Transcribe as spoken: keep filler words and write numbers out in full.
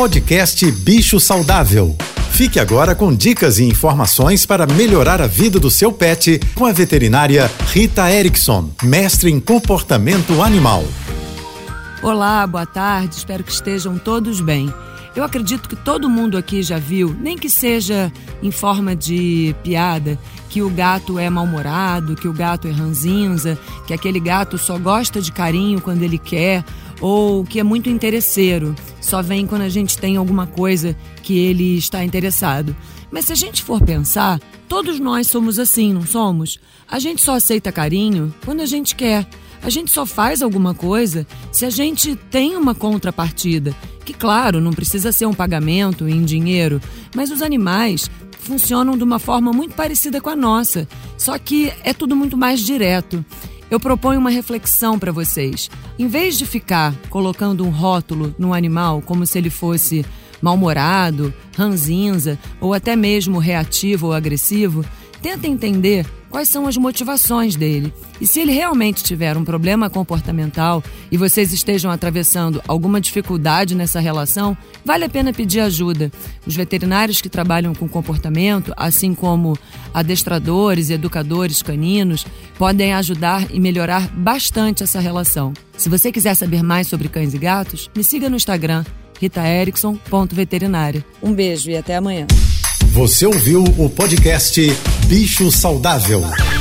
Podcast Bicho Saudável. Fique agora com dicas e informações para melhorar a vida do seu pet com a veterinária Rita Erickson, mestre em comportamento animal. Olá, boa tarde, espero que estejam todos bem. Eu acredito que todo mundo aqui já viu, nem que seja em forma de piada, que o gato é mal-humorado, que o gato é ranzinza, que aquele gato só gosta de carinho quando ele quer, ou que é muito interesseiro, só vem quando a gente tem alguma coisa que ele está interessado. Mas se a gente for pensar, todos nós somos assim, não somos? A gente só aceita carinho quando a gente quer. A gente só faz alguma coisa se a gente tem uma contrapartida, que claro, não precisa ser um pagamento em dinheiro, mas os animais funcionam de uma forma muito parecida com a nossa, só que é tudo muito mais direto. Eu proponho uma reflexão para vocês. Em vez de ficar colocando um rótulo no animal como se ele fosse mal-humorado, ranzinza ou até mesmo reativo ou agressivo, tenta entender quais são as motivações dele. E se ele realmente tiver um problema comportamental e vocês estejam atravessando alguma dificuldade nessa relação, vale a pena pedir ajuda. Os veterinários que trabalham com comportamento, assim como adestradores e educadores caninos, podem ajudar e melhorar bastante essa relação. Se você quiser saber mais sobre cães e gatos, me siga no Instagram, rita erickson ponto veterinária. Um beijo e até amanhã. Você ouviu o podcast Bicho Saudável.